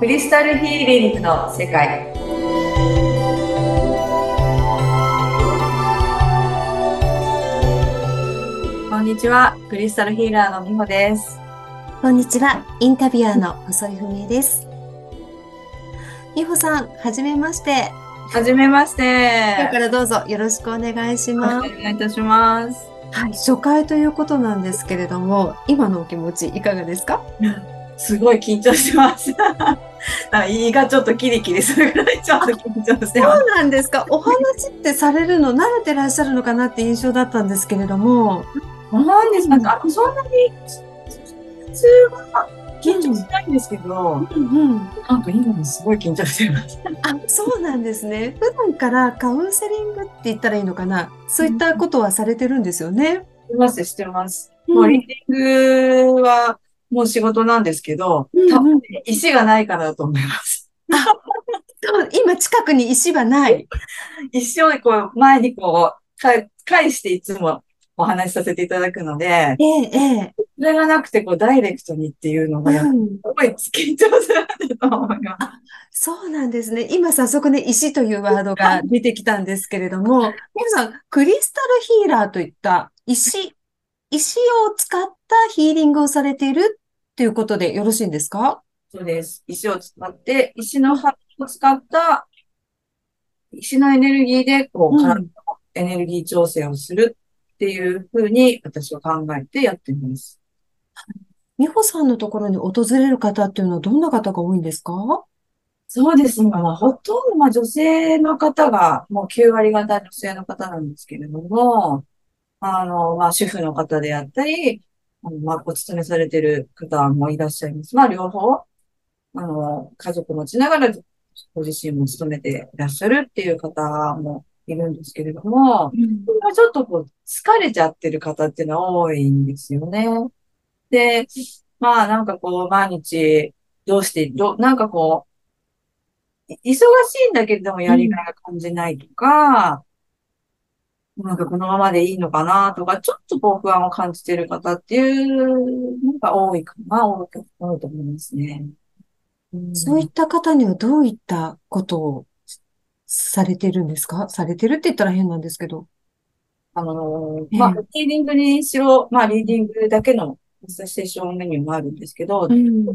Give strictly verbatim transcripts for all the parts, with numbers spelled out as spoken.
クリスタルヒーリングの世界。こんにちは、クリスタルヒーラーのみほです。 こんにちは。インタビュアーの細井文江です。みほさん、はじめまして。 はじめまし今日かて。 らどうぞよろしくお願いしおます。 願いいたします。 はい、初回ということなんですけれども、今のお気持ちいかがですか？ すごい緊張してます。胃がちょっとキリキリするぐらいちょっあ、 と緊張してます。 そうなんですか。お話ってされるの慣れてらっしゃるのかなって印象だったんですけれども。 なんですか、 うん、 あの、そんなに普通は緊張しうん、 ないんですけど、 うん、うん。 なんか今もすごい緊張してます。 あ、そうなんですね。普段からカウンセリングって言ったらいいのかな。そういったことはされてるんですよね。 してます、してます。 うもうリーん、 ディングはもう仕事なんですけど、 うん、 多分うん。 石がないからだと思います。 あ、そう、今近くに石はない。 石をこう前にこう、か返していつもお話しさせていただくので、 ええ、ええ。 それがなくてこうダイレクトにっていうのうがやっぱん。 すごい緊張するんだと思います。 あ、そうなんですね。今早速ね、石というワードが出てきたんですけれども、皆さん、クリスタルヒーラーといった石、石を使ったヒーリングをされているということでよろしいんですか？ そうです。石を使って、石のうん、 葉を使った石のエネルギーでこう体のうん。 エネルギー調整をするっていうふうに私は考えてやっています。 美穂さんのところに訪れる方っていうのはどんな方が多いんですか？ そうですね。まあ、ほとんど、まあ、女性の方が、もうきゅう割方女性の方なんですけれども、あの、まあ、主婦の方であったり、あのまあ、お勤めされてる方もいらっしゃいます。まあ、両方、あの、家族持ちながら、ご自身も勤めていらっしゃるっていう方もいるんですけれども、 うん。 まあちょっとこう、疲れちゃってる方っていうのは多いんですよね。で、まあ、なんかこう、毎日、どうして、ど、なんかこう、い忙しいんだけれどもやりがいうん。 が感じないとか、なんかこのままでいいのかなとか、ちょっとこう不安を感じている方っていうのが多いかな、多いと多いと思いますね。うん。 そういった方にはどういったことをされてるんですか？されてるって言ったら変なんですけど。 あの、まあ、 ええ。 リーディングにしろ、まあ、リーディングだけのマスターステーションメニューもあるんですけど、 うん。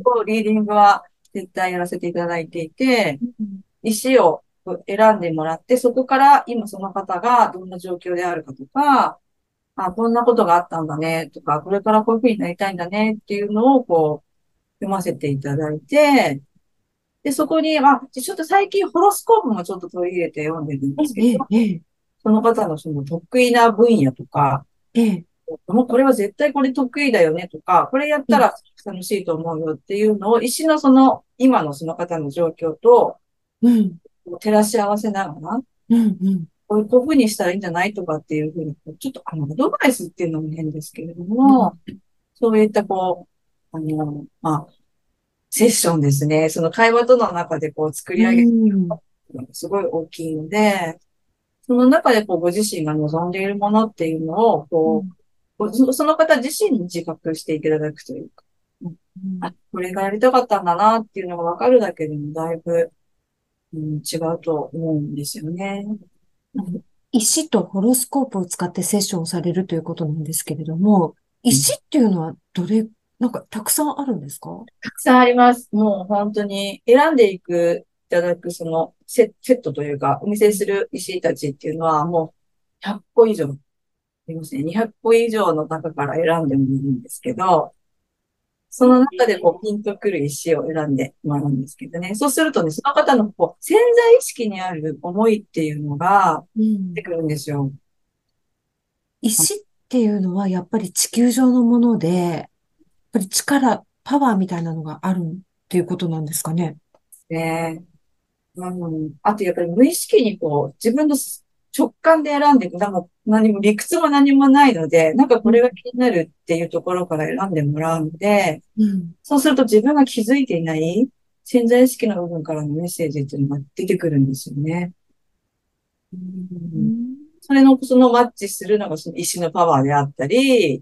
リーディングは絶対やらせていただいていて、 うん。 石を選んでもらって、そこから今その方がどんな状況であるかとか、あ、こんなことがあったんだねとか、これからこういうふうになりたいんだねっていうのをこう読ませていただいて、で、そこに、あ、ちょっと最近ホロスコープもちょっと取り入れて読んでるんですけええ、 ど、 ええ、 その方のその得意な分野とか、 ええ、 もうこれは絶対これ得意だよねとか、これやっうん、 たら楽しいと思うよっていうのを、石のその、今のその方の状況とうん、 照らし合わせながら、 うん、うん。 こういうふうにしたらいいんじゃないとかっていうふうに、ちょっとあの、アドバイスっていうのも変ですけれども、 うん。 そういったこう、あの、まあ、セッションですね。その会話との中でこう作うり上げるん。 のがすごい大きいので、その中でこうご自身が望んでいるものっていうのを、こうん。 う、そその方自身に自覚していただくというか、うんあ、これがやりたかったんだなっていうのがわかるだけでもだいぶ、うん、違うと思うんですよね。うあのん石とホロスコープを使ってセッションをされるということなんですけれども、石っていうのはどれ、なんかたくさんあるんですか？ たくさんあります。もう本当に選んでいく、いただくそのセ、セットというか、お見せする石たちっていうのはもうひゃっこ以上ありますね。にひゃっこ以上の中から選んでもいいんですけど、その中でこうピンとくる石を選んでもらうんですけどね。そうするとね、その方のこう潜在意識にある思いっていうのがうん。 出てくるんですよ。 石っていうのはやっぱり地球上のもので、やっぱり力、パワーみたいなのがあるっていうことなんですかね。 ね。うん。あとやっぱり無意識にこう自分の直感で選んでいく。なんか何も理屈も何もないので、なんかうん。 これが気になるっていうところから選んでもらうので、 うん。 そうすると自分が気づいていない潜在意識の部分からのメッセージっていうのが出てくるんですよね。ううん。 ん。 それの、そのマッチするのがその石のパワーであったり、 うん。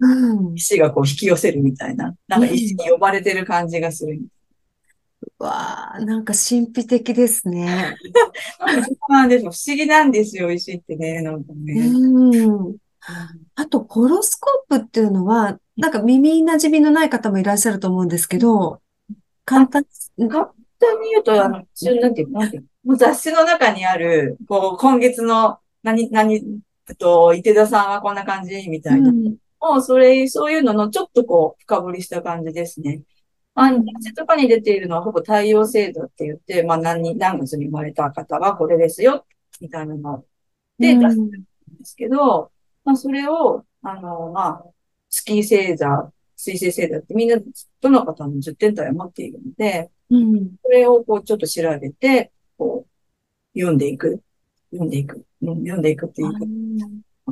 石がこう引き寄せるみたいな、なんか石うん。 に呼ばれてる感じがする。 わあ、なんか神秘的ですね。 そうなんですよ。不思議なんですよ、石ってね、なんかうね。 ん。 うん、 あと、ホロスコープっていうのは、なんか耳馴染みのない方もいらっしゃると思うんですけど、簡あ、 単、うん簡単に言うと、あの、一応なんていうの、なんていうの、もう雑誌の中にある、こう、今月の、何、何、えっと、伊手田さんはこんな感じみたいな。 うん、 もう、それ、そういうのの、ちょっとこう、深掘りした感じですね。あの、雑うん、 誌とかに出ているのは、ほぼ太陽星座って言って、まあ、何に、何月に生まれた方はこれですよ、みたいなのうで出すん、 んですけど、まあ、それを、あの、まあ、月星座、水星星座ってみんな、どの方もじゅってん体を持っているので、 うん。 それをこうちょっと調べて、こう読んでいく。読んでいく。うん読んでいくってあいうか。 ーうん、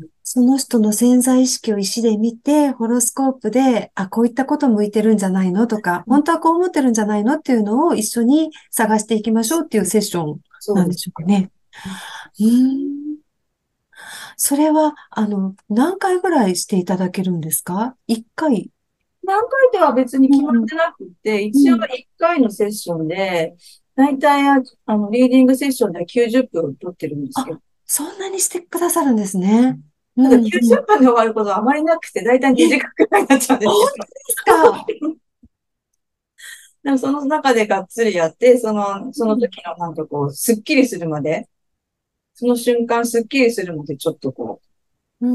その人の潜在意識を石で見て、ホロスコープで、あ、こういったこと向いてるんじゃないのとか、本当はこう思ってるんじゃないのっていうのを一緒に探していきましょうっていうセッションなんでそうですね。 しょうかね。うーん。それは、あの、何回ぐらいしていただけるんですか？ いっ 回。 何回では別にうん、 決まってなくて、一応うん。 いっかいのセッションで、だいたいああの、リーディングセッションではきゅうじゅっぷん取ってるんですけあ、 ど、 そんなにしてくださるんですね。うただん、 90 うん。 分で終わることはあまりなくて、だいたいえ、 にじかんくらいになっちゃうんですけど。 本当ですか？ でもその中でがっつりやって、その、その時のなんかこう、すっきりするまで、その瞬間すっきりするまでちょっとこうん。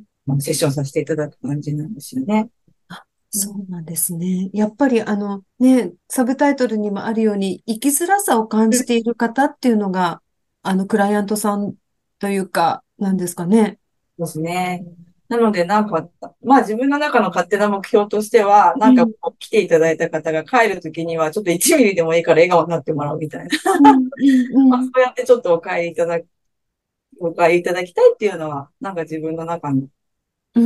う、セッションさせていただく感じなんですよね。 あ、 うん、 そうなんですね。やっぱりあのね、サブタイトルにもあるように、生きづらさを感じている方っていうのが、あの、クライアントさんというか、なんですかね。 ですね。なので、なんか、まあ自分の中の勝手な目標としては、なんかうん、 こう来ていただいた方が帰るときには、ちょっといちミリでもいいから笑顔になってもらうみたいな。 うん、うん、うまあ、 ん。 そうやってちょっとお帰りいただき、お帰りいただきたいっていうのは、なんか自分の中の勝うん。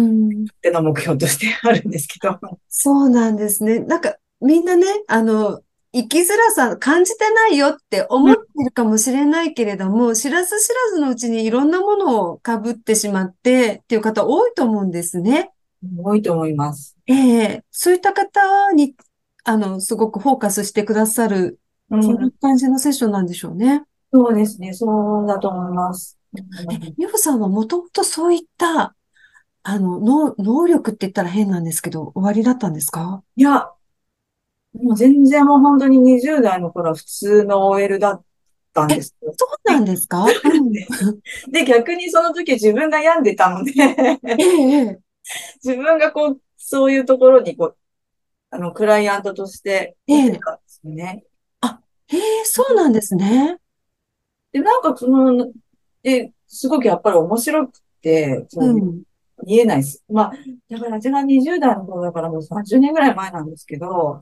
手な目標としてあるんですけど。 そうなんですね。なんか、みんなね、あの、生きづらさ感じてないよってうん、 思ってるかもしれないけれども、知らず知らずのうちにいろんなものを被ってしまってっていう方多いと思うんですね。 多いと思います。 ええ、そういった方に、あの、すごくフォーカスしてくださる、そんなうん、 感じのセッションなんでしょうね。 そうですね。そうだと思います。うえ、 ん、 ゆうさんはもともとそういった、あの、能、能力って言ったら変なんですけど、終わりだったんですか？ いや、もう全然もう本当ににじゅう代の頃は普通の オーエル だったんえ、 ですよ。 そうなんで、 ですか？うん。 で、逆にその時自分が病んでたのでええ、 自分がこう、そういうところにこう、あの、クライアントとしてええ、ええ。 行ってたんですよね。 あ、ええ、そうなんですね。 で、なんかその、で、すごくやっぱり面白くて、そう、 うん、 見えないです。まあ、だから私がにじゅう代の頃だからもうさんじゅうねんぐらい前なんですけど、 うん。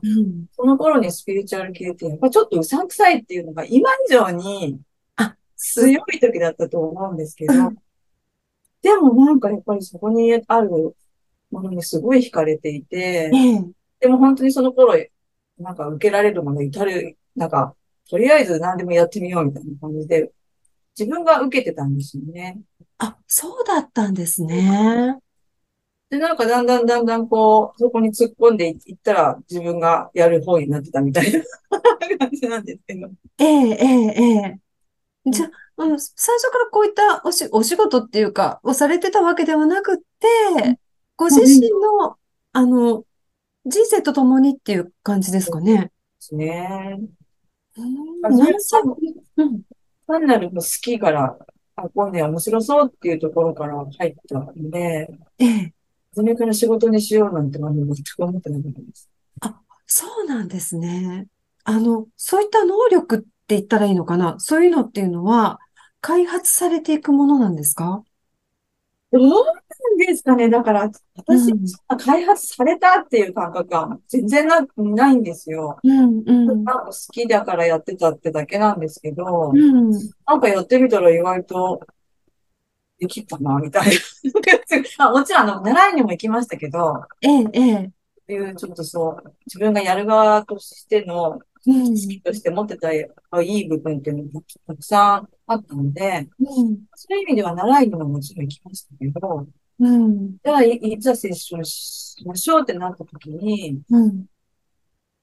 その頃にスピリチュアル系って、やっぱちょっとうさんくさいっていうのが今以上にあ、す、 強い時だったと思うんですけど、 うん、 でもなんかやっぱりそこにあるものにすごい惹かれていて、 ええ、 でも本当にその頃、なんか受けられるもの至る、なんか、とりあえず何でもやってみようみたいな感じで、自分が受けてたんですよね。 あ、そうだったんですね。 で、なんかだんだんだんだんこう、そこに突っ込んでいったら自分がやる方になってたみたいな感じなんですけど。 ええ、ええ、ええ。 うん、 じゃあ、あの、最初からこういったおし、お仕事っていうか、をされてたわけではなくって、ご自もう全然で身の、あの、人生と共にっていう感じですかね。 すね。 うーん、 初め何歳、 はうん、 単なる好きから、あ、今度は面白そうっていうところから入ったんで、 ええ。 初めから仕事にしようなんてまだ全く思ってなかったです。 あ、そうなんですね。あの、そういった能力って言ったらいいのかな？そういうのっていうのは、開発されていくものなんですか？ どうなんですかね。だから、私、 うん、 そんな開発されたっていう感覚は全然な、ないんですよ。 うん、うなんん、 か好きだからやってたってだけなんですけうど、 ん。 なんかやってみたら意外とできたな、みたいな。まあ、もちろん、あの、習いにも行きましたけど、 ええ、ええ、 っていう、ちょっとそう、自分がやる側としての、 う意識ん、 として持ってたいい部分っていうのがたくさんあったので、 うん、 そういう意味では習いにももちろん行きましたけど、 うん、 じゃあ、いいざセッションしましょうってなった時に、 うん。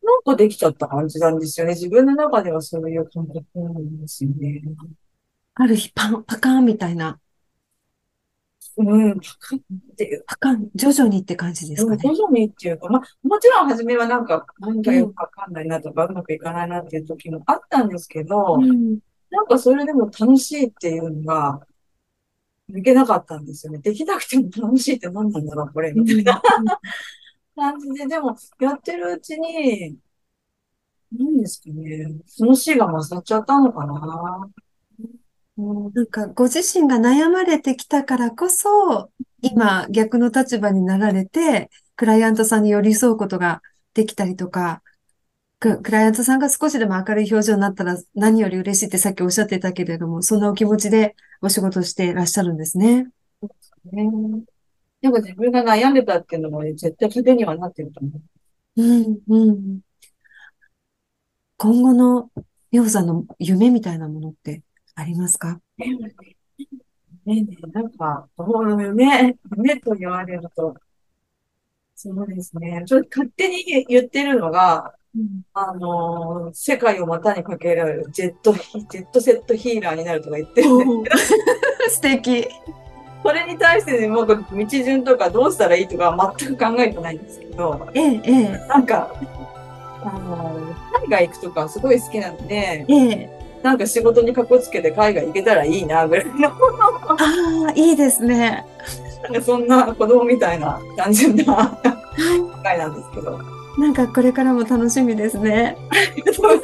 なんかできちゃった感じなんですよね。自分の中ではそういう感覚なんですよね。 ある日パン、パカーンみたいな、 うん、パカっていう。 パカン、徐々にって感じですうん、徐かね。 々にっていうか、まあ、もちろん初めはなんか、何うん、 かよくわかんないなとか、うまくいかないなっていう時もあったんですけど、 うん、 なんかそれでも楽しいっていうのが、抜けなかったんですよね。できなくても楽しいって何なんだろう、これ、みたいうん、うん。 な感じで、でも、やってるうちに、何ですかね、楽しいが勝っちゃったのかな。うん、 なんか、ご自身が悩まれてきたからこそ、今、逆の立場になられて、クライアントさんに寄り添うことができたりとか、ク、クライアントさんが少しでも明るい表情になったら何より嬉しいってさっきおっしゃってたけれども、そんなお気持ちでお仕事してらっしゃるんですね。 ね。でも自分が悩んでたっていうのも絶対糧にはなってると思う。 うん、うん。今後の美穂さんの夢みたいなものってありますか？ ねえねえ、なんか、どう夢、夢と言われると、そうですね。ちょっと勝手に言ってるのが、 うん。 あのー世界を股にかけるジェットヒ、ジェットセットヒーラーになるとか言ってるんで、 おー素敵。 それに対してね、もう道順とかどうしたらいいとかは全く考えてないんですけど、 ええ、えなんか、あのー海外行くとかすごい好きなんで、 え、ええ。 なんか仕事にかこつけて海外行けたらいいな、ぐらいの、 ああ、いいですね。 なんかそんな子供みたいな単純な考はい。 えなんですけど。 なんかこれからも楽しみですね。